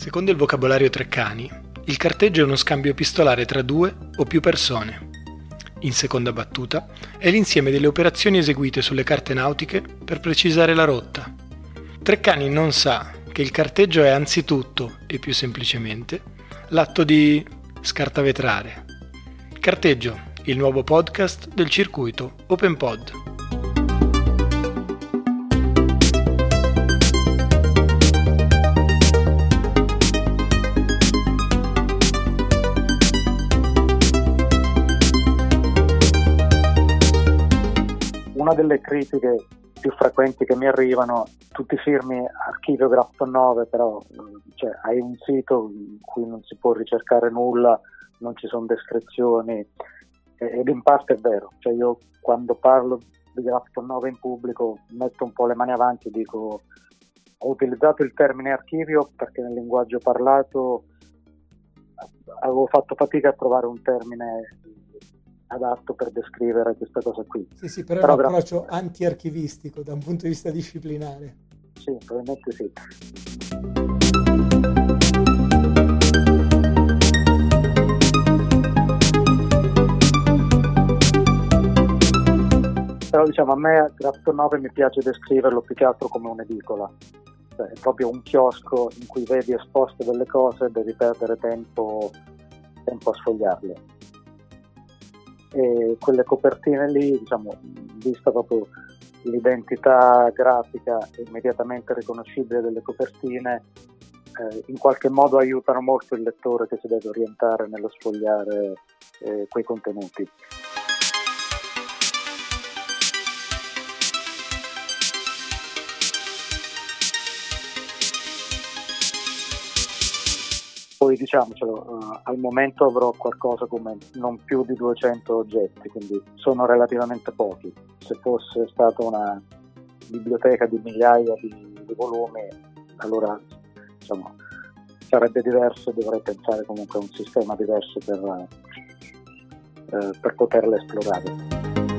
Secondo il vocabolario Treccani, il carteggio è uno scambio epistolare tra due o più persone. In seconda battuta, è l'insieme delle operazioni eseguite sulle carte nautiche per precisare la rotta. Treccani non sa che il carteggio è anzitutto, e più semplicemente, l'atto di scartavetrare. Carteggio, il nuovo podcast del circuito OpenPod. Una delle critiche più frequenti che mi arrivano, tutti firmi archivio Grafton 9, però hai un sito in cui non si può ricercare nulla, non ci sono descrizioni, ed in parte è vero. Io quando parlo di Grafton 9 in pubblico metto un po' le mani avanti e dico: ho utilizzato il termine archivio perché nel linguaggio parlato avevo fatto fatica a trovare un termine adatto per descrivere questa cosa qui. Sì, però è un approccio anti-archivistico da un punto di vista disciplinare. Sì, probabilmente sì. Però a me Grafton 9 mi piace descriverlo più che altro come un'edicola. È proprio un chiosco in cui vedi esposte delle cose e devi perdere tempo a sfogliarle. E quelle copertine lì, vista proprio l'identità grafica immediatamente riconoscibile delle copertine, in qualche modo aiutano molto il lettore che si deve orientare nello sfogliare quei contenuti. Poi al momento avrò qualcosa come non più di 200 oggetti, quindi sono relativamente pochi. Se fosse stata una biblioteca di migliaia di volumi, allora sarebbe diverso e dovrei pensare comunque a un sistema diverso per poterle esplorare.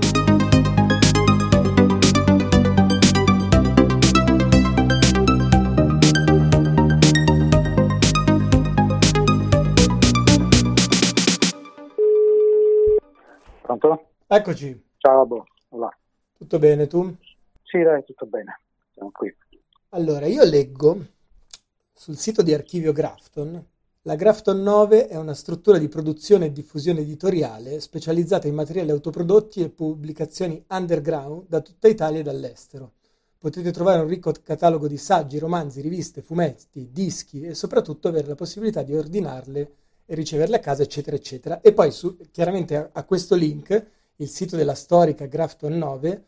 Pronto? Eccoci. Ciao, Hola. Tutto bene, tu? Sì, dai, tutto bene. Siamo qui. Allora, io leggo sul sito di Archivio Grafton. La Grafton 9 è una struttura di produzione e diffusione editoriale specializzata in materiali autoprodotti e pubblicazioni underground da tutta Italia e dall'estero. Potete trovare un ricco catalogo di saggi, romanzi, riviste, fumetti, dischi e soprattutto avere la possibilità di ordinarle e riceverle a casa, eccetera, eccetera. E poi chiaramente a questo link, il sito della storica Grafton 9,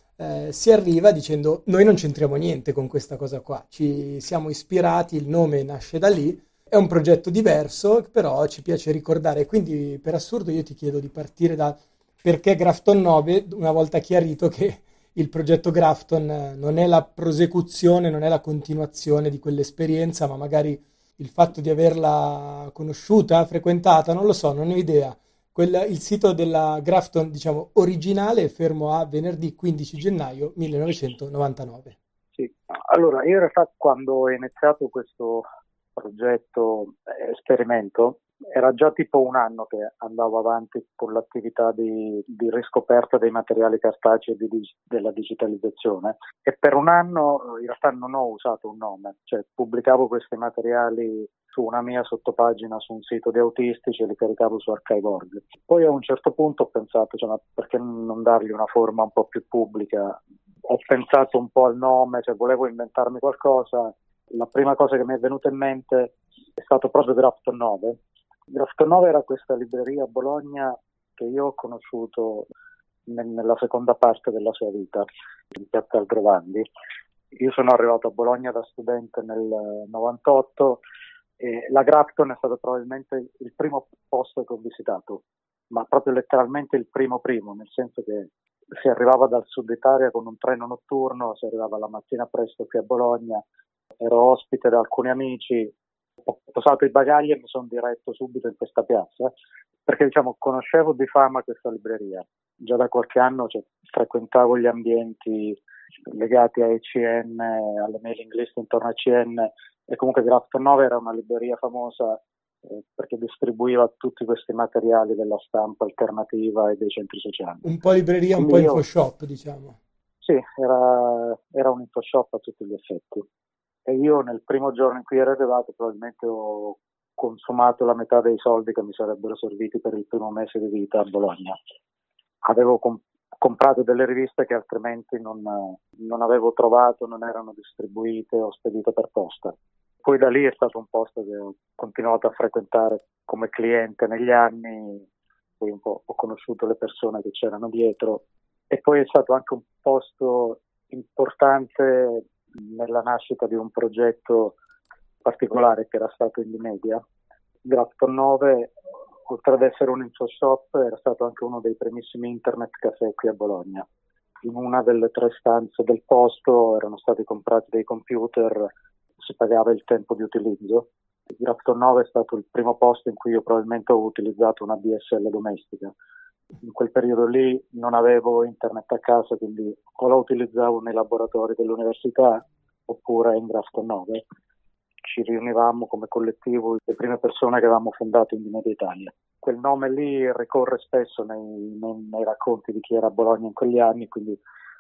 si arriva dicendo: noi non c'entriamo niente con questa cosa qua, ci siamo ispirati, il nome nasce da lì, è un progetto diverso, però ci piace ricordare. Quindi per assurdo io ti chiedo di partire da perché Grafton 9, una volta chiarito che il progetto Grafton non è la prosecuzione, non è la continuazione di quell'esperienza, ma magari il fatto di averla conosciuta, frequentata, non lo so, non ho idea. Il sito della Grafton, originale, è fermo a venerdì 15 gennaio 1999. Sì, allora io in realtà quando ho iniziato questo progetto esperimento era già tipo un anno che andavo avanti con l'attività di riscoperta dei materiali cartacei e della digitalizzazione, e per un anno in realtà non ho usato un nome, pubblicavo questi materiali su una mia sottopagina su un sito di autistici e li caricavo su Archive.org. Poi a un certo punto ho pensato, ma perché non dargli una forma un po' più pubblica? Ho pensato un po' al nome, volevo inventarmi qualcosa. La prima cosa che mi è venuta in mente è stato proprio Grafton 9. Grafton 9 era questa libreria a Bologna che io ho conosciuto nella seconda parte della sua vita, in piazza Aldrovandi. Io sono arrivato a Bologna da studente nel 98 e la Grafton è stato probabilmente il primo posto che ho visitato, ma proprio letteralmente il primo, nel senso che si arrivava dal sud Italia con un treno notturno, si arrivava la mattina presto qui a Bologna, ero ospite da alcuni amici, ho posato i bagagli e mi sono diretto subito in questa piazza perché conoscevo di fama questa libreria. Già da qualche anno frequentavo gli ambienti legati a ECN, alle mailing list intorno a ECN, E comunque Grafton 9 era una libreria famosa perché distribuiva tutti questi materiali della stampa alternativa e dei centri sociali. Un po' libreria, Quindi un po' infoshop, diciamo. Sì, era un infoshop a tutti gli effetti. E io nel primo giorno in cui ero arrivato probabilmente ho consumato la metà dei soldi che mi sarebbero serviti per il primo mese di vita a Bologna. Avevo comprato delle riviste che altrimenti non avevo trovato, non erano distribuite o spedite per posta. Poi da lì è stato un posto che ho continuato a frequentare come cliente negli anni, poi un po' ho conosciuto le persone che c'erano dietro, e poi è stato anche un posto importante nella nascita di un progetto particolare che era stato Indymedia. Grafton 9, oltre ad essere un infoshop, era stato anche uno dei primissimi internet caffè qui a Bologna. In una delle 3 stanze del posto erano stati comprati dei computer, si pagava il tempo di utilizzo. Grafton 9 è stato il primo posto in cui io probabilmente ho utilizzato una DSL domestica. In quel periodo lì non avevo internet a casa, quindi o la utilizzavo nei laboratori dell'università oppure in Grafton 9. Ci riunivamo come collettivo, le prime persone che avevamo fondato Indymedia Italia. Quel nome lì ricorre spesso nei racconti di chi era a Bologna in quegli anni, quindi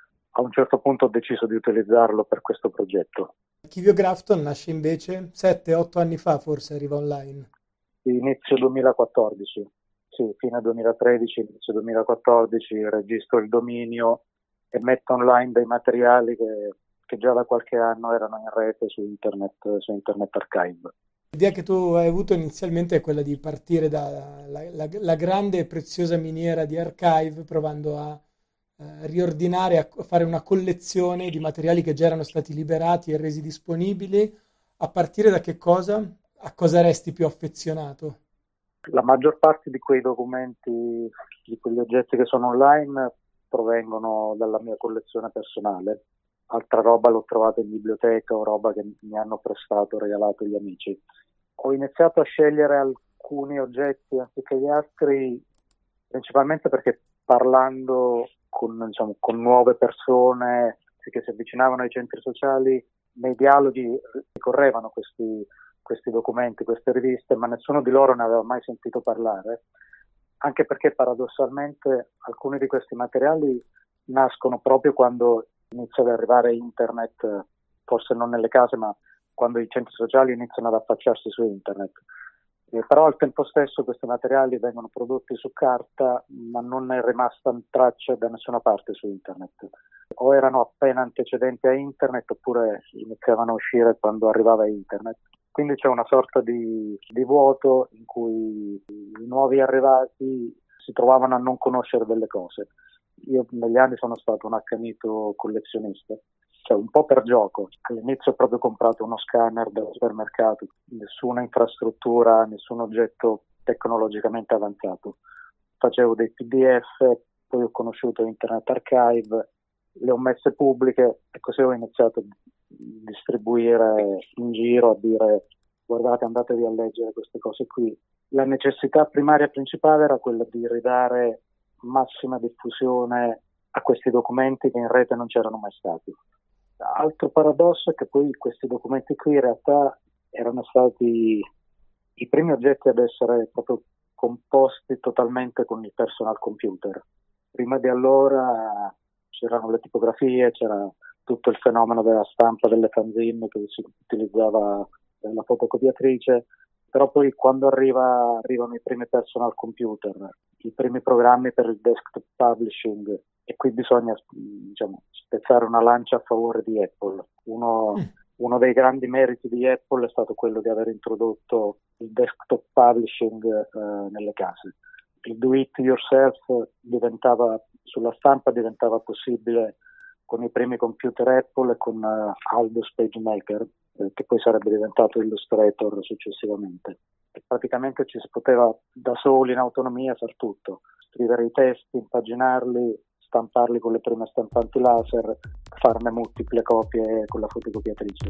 a un certo punto ho deciso di utilizzarlo per questo progetto. Archivio Grafton nasce invece 7-8 anni fa, forse arriva online. Inizio 2014, sì, fine 2013, inizio 2014, registro il dominio e metto online dei materiali che già da qualche anno erano in rete su Internet Archive. L'idea che tu hai avuto inizialmente è quella di partire dalla grande e preziosa miniera di Archive, provando a riordinare, a fare una collezione di materiali che già erano stati liberati e resi disponibili. A partire da che cosa? A cosa resti più affezionato? La maggior parte di quei documenti, di quegli oggetti che sono online, provengono dalla mia collezione personale. Altra roba l'ho trovata in biblioteca o roba che mi hanno prestato o regalato gli amici. Ho iniziato a scegliere alcuni oggetti anziché gli altri, principalmente perché parlando con nuove persone che si avvicinavano ai centri sociali, nei dialoghi ricorrevano questi documenti, queste riviste, ma nessuno di loro ne aveva mai sentito parlare, anche perché paradossalmente alcuni di questi materiali nascono proprio quando inizia ad arrivare internet, forse non nelle case, ma quando i centri sociali iniziano ad affacciarsi su internet. Però al tempo stesso questi materiali vengono prodotti su carta, ma non è rimasta traccia da nessuna parte su internet. O erano appena antecedenti a internet oppure iniziavano a uscire quando arrivava internet. Quindi c'è una sorta di vuoto in cui i nuovi arrivati si trovavano a non conoscere delle cose. Io negli anni sono stato un accanito collezionista, cioè un po' per gioco. All'inizio ho proprio comprato uno scanner del supermercato, nessuna infrastruttura, nessun oggetto tecnologicamente avanzato. Facevo dei PDF, poi ho conosciuto Internet Archive, le ho messe pubbliche e così ho iniziato a distribuire in giro, a dire guardate, andatevi a leggere queste cose qui. La necessità primaria e principale era quella di ridare massima diffusione a questi documenti che in rete non c'erano mai stati. Altro paradosso è che poi questi documenti qui in realtà erano stati i primi oggetti ad essere proprio composti totalmente con il personal computer. Prima di allora c'erano le tipografie, c'era tutto il fenomeno della stampa delle fanzine che si utilizzava la fotocopiatrice, però poi quando arrivano i primi personal computer, i primi programmi per il desktop publishing, e qui bisogna spezzare una lancia a favore di Apple. Uno dei grandi meriti di Apple è stato quello di aver introdotto il desktop publishing nelle case. Il do it yourself sulla stampa diventava possibile con i primi computer Apple e con Aldus PageMaker, che poi sarebbe diventato Illustrator successivamente. E praticamente ci si poteva da soli in autonomia far tutto, scrivere i testi, impaginarli, stamparli con le prime stampanti laser, farne multiple copie con la fotocopiatrice.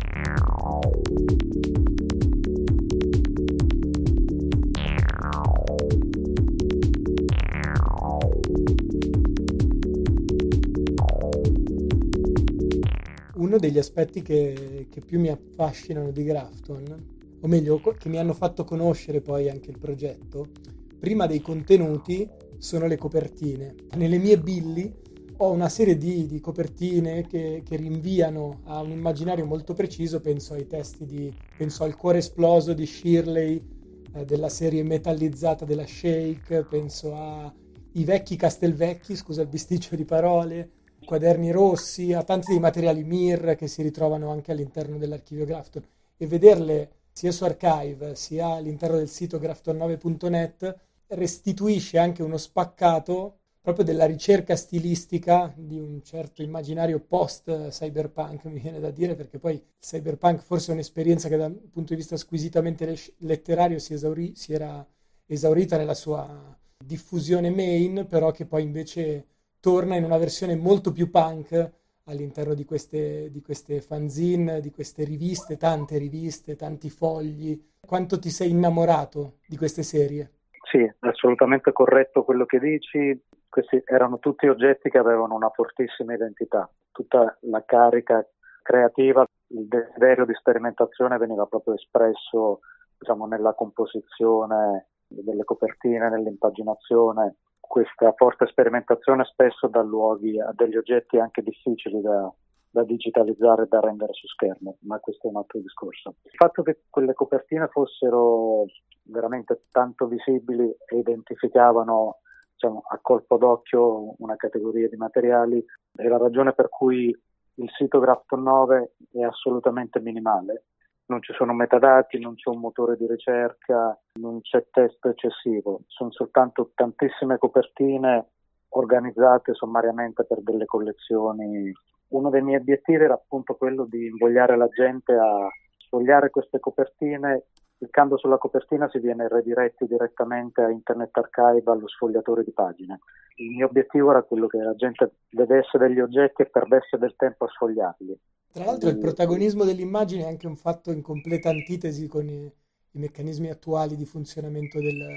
uno degli aspetti che più mi affascinano di Grafton, o meglio, che mi hanno fatto conoscere poi anche il progetto, prima dei contenuti, sono le copertine. Nelle mie billi ho una serie di copertine che rinviano a un immaginario molto preciso. Penso ai penso al Cuore esploso di Shirley, della serie metallizzata della Shake, penso ai vecchi Castelvecchi, scusa il bisticcio di parole, quaderni rossi, a tanti dei materiali Mir che si ritrovano anche all'interno dell'archivio Grafton, e vederle sia su Archive sia all'interno del sito grafton9.net restituisce anche uno spaccato proprio della ricerca stilistica di un certo immaginario post-cyberpunk, mi viene da dire, perché poi il cyberpunk forse è un'esperienza che dal punto di vista squisitamente letterario si era esaurita nella sua diffusione main, però che poi invece torna in una versione molto più punk all'interno di queste fanzine, di queste riviste, tante riviste, tanti fogli. Quanto ti sei innamorato di queste serie? Sì, è assolutamente corretto quello che dici. Questi erano tutti oggetti che avevano una fortissima identità. Tutta la carica creativa, il desiderio di sperimentazione veniva proprio espresso, diciamo, nella composizione delle copertine, nell'impaginazione. Questa forte sperimentazione spesso dà luoghi a degli oggetti anche difficili da digitalizzare e da rendere su schermo, ma questo è un altro discorso. Il fatto che quelle copertine fossero veramente tanto visibili e identificavano, diciamo, a colpo d'occhio una categoria di materiali è la ragione per cui il sito Grafton 9 è assolutamente minimale. Non ci sono metadati, non c'è un motore di ricerca, non c'è testo eccessivo, sono soltanto tantissime copertine organizzate sommariamente per delle collezioni. Uno dei miei obiettivi era appunto quello di invogliare la gente a sfogliare queste copertine. Cliccando sulla copertina si viene rediretti direttamente a Internet Archive, allo sfogliatore di pagine. Il mio obiettivo era quello che la gente vedesse degli oggetti e perdesse del tempo a sfogliarli. Tra l'altro il protagonismo dell'immagine è anche un fatto in completa antitesi con i meccanismi attuali di funzionamento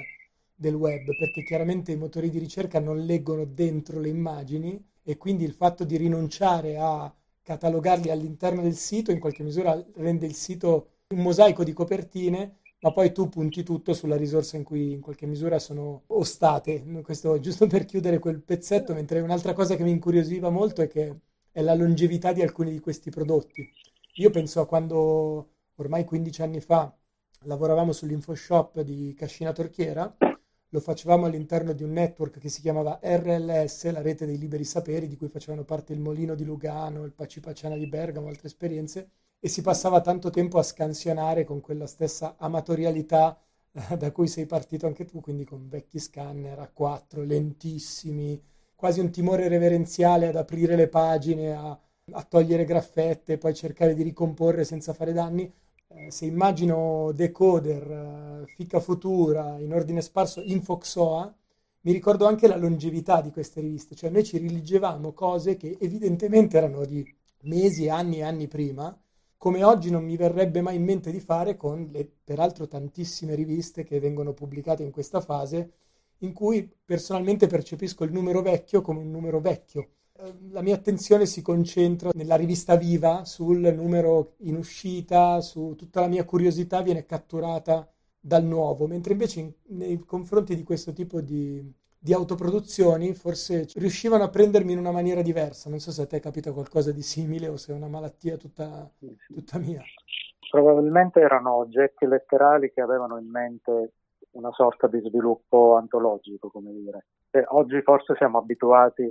del web, perché chiaramente i motori di ricerca non leggono dentro le immagini, e quindi il fatto di rinunciare a catalogarli all'interno del sito in qualche misura rende il sito un mosaico di copertine, ma poi tu punti tutto sulla risorsa in cui in qualche misura sono ostate. Questo giusto per chiudere quel pezzetto, mentre un'altra cosa che mi incuriosiva molto è la longevità di alcuni di questi prodotti. Io penso a quando ormai 15 anni fa lavoravamo sull'InfoShop di Cascina Torchiera. Lo facevamo all'interno di un network che si chiamava RLS, la rete dei liberi saperi, di cui facevano parte il Molino di Lugano, il Pacipaciana di Bergamo, altre esperienze, e si passava tanto tempo a scansionare con quella stessa amatorialità da cui sei partito anche tu, quindi con vecchi scanner A4, lentissimi, quasi un timore reverenziale ad aprire le pagine, a togliere graffette, poi cercare di ricomporre senza fare danni. Se immagino Decoder, Fica Futura, in ordine sparso, Infoxoa, mi ricordo anche la longevità di queste riviste, cioè noi ci rileggevamo cose che evidentemente erano di mesi, anni e anni prima, come oggi non mi verrebbe mai in mente di fare con le peraltro tantissime riviste che vengono pubblicate in questa fase, in cui personalmente percepisco il numero vecchio come un numero vecchio. La mia attenzione si concentra nella rivista viva, sul numero in uscita, su tutta la mia curiosità viene catturata dal nuovo, mentre invece nei confronti di questo tipo di autoproduzioni forse riuscivano a prendermi in una maniera diversa. Non so se a te capita qualcosa di simile o se è una malattia tutta mia. Probabilmente erano oggetti letterali che avevano in mente una sorta di sviluppo antologico, come dire. E oggi forse siamo abituati,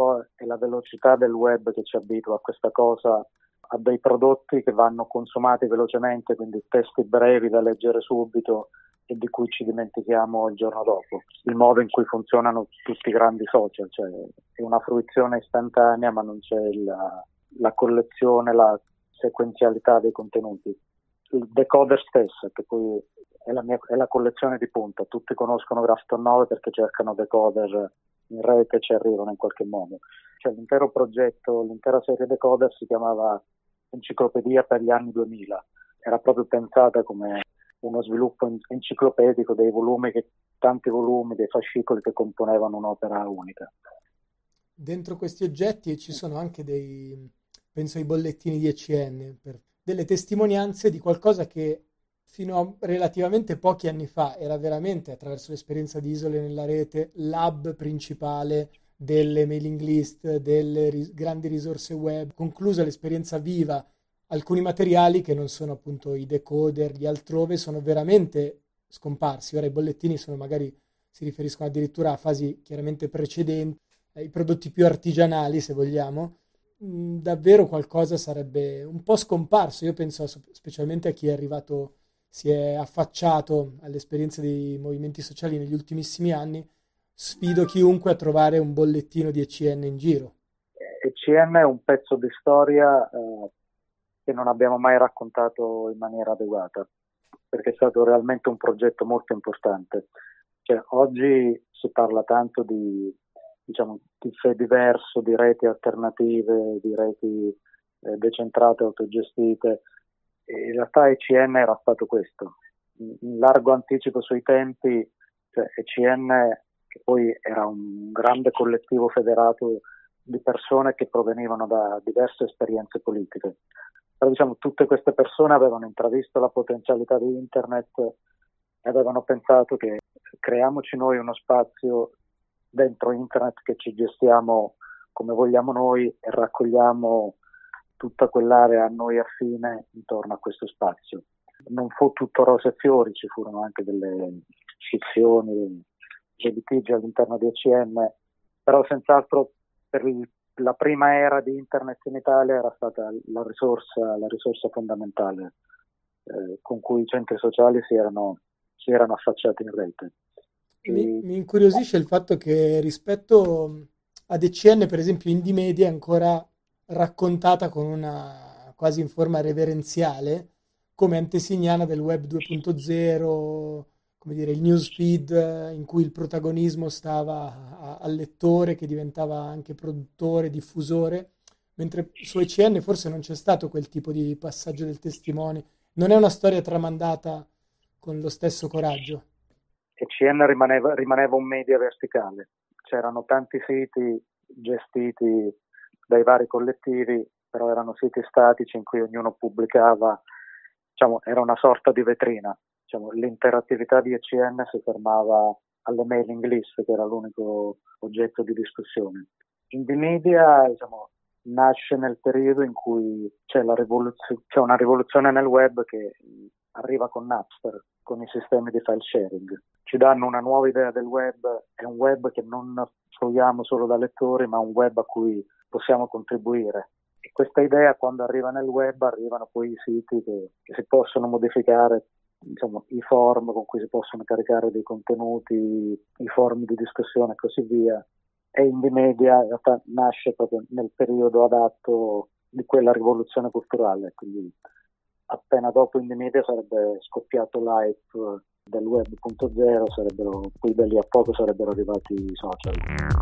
è la velocità del web che ci abitua a questa cosa, a dei prodotti che vanno consumati velocemente, quindi testi brevi da leggere subito e di cui ci dimentichiamo il giorno dopo. Il modo in cui funzionano tutti i grandi social, cioè è una fruizione istantanea, ma non c'è la collezione, la sequenzialità dei contenuti. Il decoder stesso, che poi è la collezione di punta, tutti conoscono Grafton 9 perché cercano decoder in rete e ci arrivano in qualche modo. Cioè l'intero progetto, l'intera serie decoder si chiamava Enciclopedia per gli anni 2000, era proprio pensata come uno sviluppo enciclopedico dei volumi, tanti volumi, dei fascicoli che componevano un'opera unica. Dentro questi oggetti ci sono anche penso ai bollettini di ECN, per delle testimonianze di qualcosa che fino a relativamente pochi anni fa era veramente, attraverso l'esperienza di Isole nella Rete, l'hub principale delle mailing list, delle grandi risorse web, conclusa l'esperienza viva. Alcuni materiali che non sono appunto i decoder, gli altrove, sono veramente scomparsi. Ora i bollettini sono magari, si riferiscono addirittura a fasi chiaramente precedenti, i prodotti più artigianali, se vogliamo. Davvero qualcosa sarebbe un po' scomparso. Io penso specialmente a chi è arrivato, si è affacciato alle esperienze dei movimenti sociali negli ultimissimi anni. Sfido chiunque a trovare un bollettino di ECN in giro. ECN è un pezzo di storia che non abbiamo mai raccontato in maniera adeguata, perché è stato realmente un progetto molto importante. Cioè, oggi si parla tanto di Fediverso, di reti alternative, di reti decentrate, autogestite. E in realtà ECN era stato questo, in largo anticipo sui tempi. Cioè, ECN, che poi era un grande collettivo federato di persone che provenivano da diverse esperienze politiche. Però tutte queste persone avevano intravisto la potenzialità di Internet e avevano pensato che creiamoci noi uno spazio dentro Internet che ci gestiamo come vogliamo noi e raccogliamo tutta quell'area a noi affine intorno a questo spazio. Non fu tutto rose e fiori, ci furono anche delle scissioni, dei litigi all'interno di ECN, però senz'altro per la prima era di Internet in Italia era stata la risorsa fondamentale con cui i centri sociali si erano affacciati in rete. Mi incuriosisce il fatto che rispetto ad ECN, per esempio, Indymedia è ancora raccontata con una quasi in forma reverenziale come antesignana del web 2.0, come dire, il newsfeed in cui il protagonismo stava al lettore che diventava anche produttore, diffusore, mentre su ECN forse non c'è stato quel tipo di passaggio del testimone. Non è una storia tramandata con lo stesso coraggio. ECN rimaneva un media verticale, c'erano tanti siti gestiti dai vari collettivi, però erano siti statici in cui ognuno pubblicava, era una sorta di vetrina. L'interattività di ECN si fermava alle mailing list, che era l'unico oggetto di discussione. Indymedia nasce nel periodo in cui c'è una rivoluzione nel web che arriva con Napster, con i sistemi di file sharing. Ci danno una nuova idea del web, è un web che non fruiamo solo da lettori, ma un web a cui possiamo contribuire. E questa idea, quando arriva nel web, arrivano poi i siti che si possono modificare, i forum con cui si possono caricare dei contenuti, i forum di discussione e così via. E Indymedia in realtà nasce proprio nel periodo adatto di quella rivoluzione culturale, quindi appena dopo Indymedia sarebbe scoppiato l'hype del web 2.0, poi da lì a poco sarebbero arrivati i social.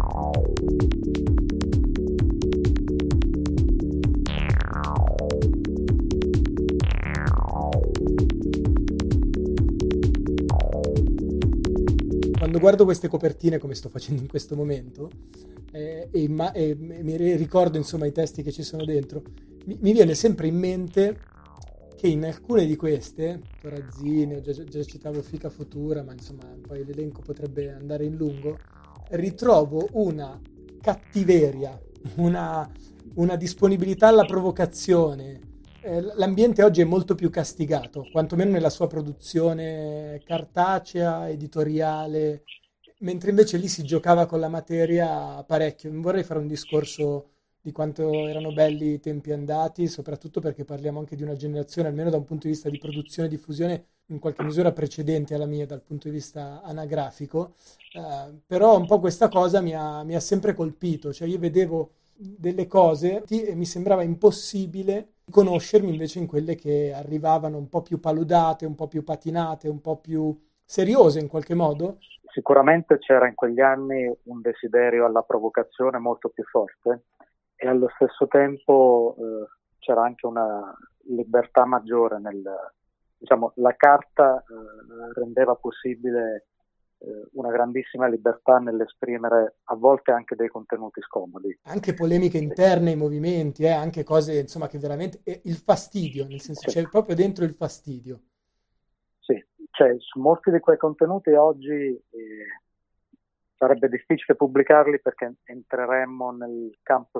Quando guardo queste copertine, come sto facendo in questo momento, e mi ricordo insomma i testi che ci sono dentro, mi viene sempre in mente che in alcune di queste, Torazzini, già citavo Fica Futura, ma insomma poi l'elenco potrebbe andare in lungo, ritrovo una cattiveria, una disponibilità alla provocazione. L'ambiente oggi è molto più castigato, quantomeno nella sua produzione cartacea, editoriale, mentre invece lì si giocava con la materia parecchio. Non vorrei fare un discorso di quanto erano belli i tempi andati, soprattutto perché parliamo anche di una generazione, almeno da un punto di vista di produzione e diffusione, in qualche misura precedente alla mia dal punto di vista anagrafico, però un po' questa cosa mi ha sempre colpito, cioè io vedevo delle cose e mi sembrava impossibile conoscermi invece in quelle che arrivavano un po' più paludate, un po' più patinate, un po' più seriose in qualche modo. Sicuramente c'era in quegli anni un desiderio alla provocazione molto più forte e allo stesso tempo c'era anche una libertà maggiore la carta rendeva possibile una grandissima libertà nell'esprimere a volte anche dei contenuti scomodi. Anche polemiche interne ai movimenti, anche cose insomma che veramente... il fastidio, nel senso c'è proprio dentro il fastidio. Sì, cioè su molti di quei contenuti oggi sarebbe difficile pubblicarli perché entreremmo nel campo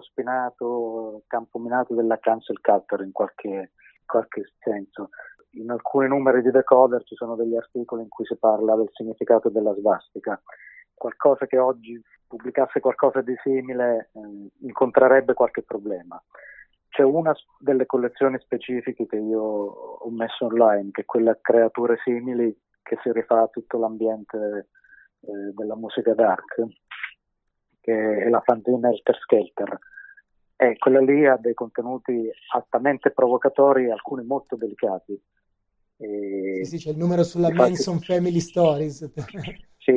minato della cancel culture in qualche senso. In alcuni numeri di Decoder ci sono degli articoli in cui si parla del significato della svastica. Qualcosa che oggi pubblicasse qualcosa di simile incontrerebbe qualche problema. C'è una delle collezioni specifiche che io ho messo online, che è quella Creature Simili, che si rifà a tutto l'ambiente della musica dark, che è la fanzine Helter Skelter. E quella lì ha dei contenuti altamente provocatori e alcuni molto delicati. Sì, c'è il numero sulla Manson Family Stories. Sì,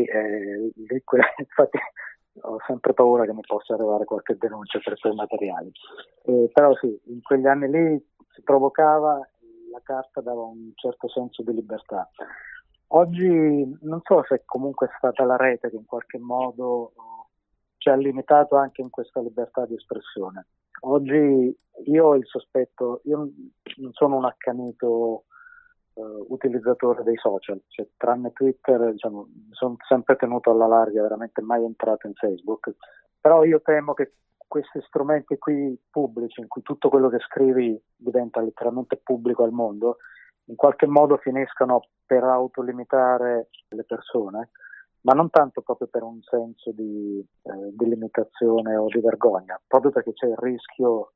infatti ho sempre paura che mi possa arrivare qualche denuncia per quei materiali. Però sì, in quegli anni lì si provocava, la carta dava un certo senso di libertà. Oggi non so se comunque è stata la rete che in qualche modo ci ha limitato anche in questa libertà di espressione. Oggi io ho il sospetto, io non sono un accanito utilizzatore dei social, cioè, tranne Twitter, diciamo, sono sempre tenuto alla larga, veramente mai entrato in Facebook, però io temo che questi strumenti qui pubblici, in cui tutto quello che scrivi diventa letteralmente pubblico al mondo, in qualche modo finiscano per autolimitare le persone, ma non tanto proprio per un senso di limitazione o di vergogna, proprio perché c'è il rischio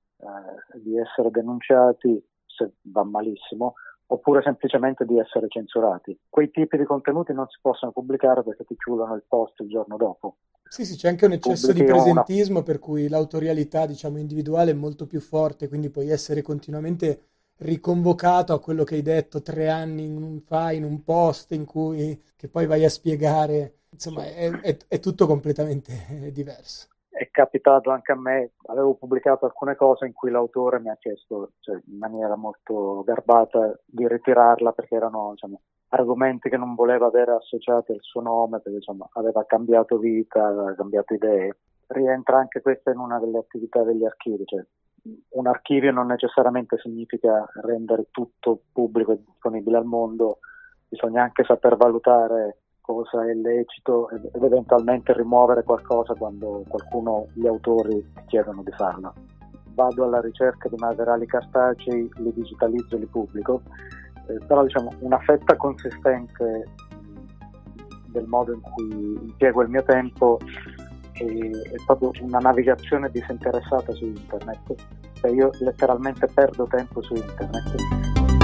di essere denunciati se va malissimo, oppure semplicemente di essere censurati. Quei tipi di contenuti non si possono pubblicare perché ti chiudono il post il giorno dopo. Sì, c'è anche un eccesso di presentismo per cui l'autorialità, diciamo, individuale è molto più forte, quindi puoi essere continuamente riconvocato a quello che hai detto 3 anni fa in un post in cui che poi vai a spiegare, insomma è tutto completamente diverso. È capitato anche a me, avevo pubblicato alcune cose in cui l'autore mi ha chiesto, cioè, in maniera molto garbata, di ritirarla perché erano, diciamo, argomenti che non voleva avere associati al suo nome, perché, insomma, aveva cambiato vita, aveva cambiato idee. Rientra anche questa in una delle attività degli archivi, cioè un archivio non necessariamente significa rendere tutto pubblico e disponibile al mondo, bisogna anche saper valutare cosa è lecito ed eventualmente rimuovere qualcosa quando gli autori ti chiedono di farlo. Vado alla ricerca di materiali cartacei, li digitalizzo e li pubblico, però diciamo una fetta consistente del modo in cui impiego il mio tempo è proprio una navigazione disinteressata su internet. Cioè io letteralmente perdo tempo su internet.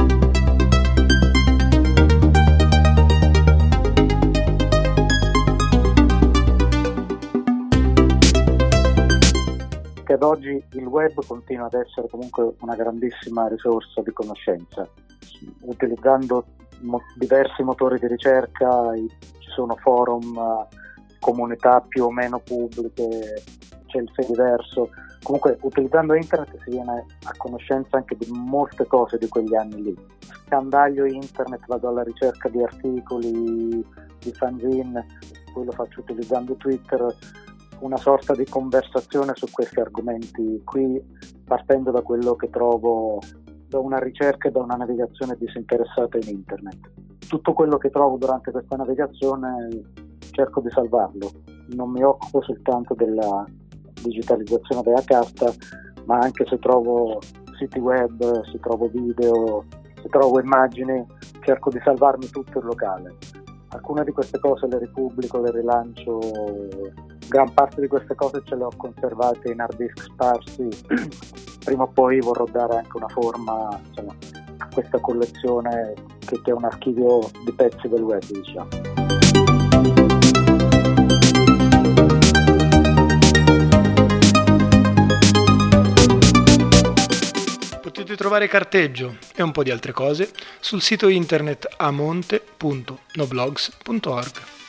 Ad oggi il web continua ad essere comunque una grandissima risorsa di conoscenza. Utilizzando diversi motori di ricerca, ci sono forum, comunità più o meno pubbliche, c'è il Fediverso. Comunque utilizzando internet si viene a conoscenza anche di molte cose di quegli anni lì. Scandaglio internet, vado alla ricerca di articoli, di fanzine, poi lo faccio utilizzando Twitter, una sorta di conversazione su questi argomenti qui, partendo da quello che trovo, da una ricerca e da una navigazione disinteressata in internet. Tutto quello che trovo durante questa navigazione cerco di salvarlo. Non mi occupo soltanto della digitalizzazione della carta, ma anche se trovo siti web, se trovo video, se trovo immagini, cerco di salvarmi tutto in locale. Alcune di queste cose le ripubblico, le rilancio, gran parte di queste cose ce le ho conservate in hard disk sparsi. Prima o poi vorrò dare anche una forma, insomma, a questa collezione che è un archivio di pezzi del web, diciamo. Potete trovare carteggio e un po' di altre cose sul sito internet amonte.noblogs.org.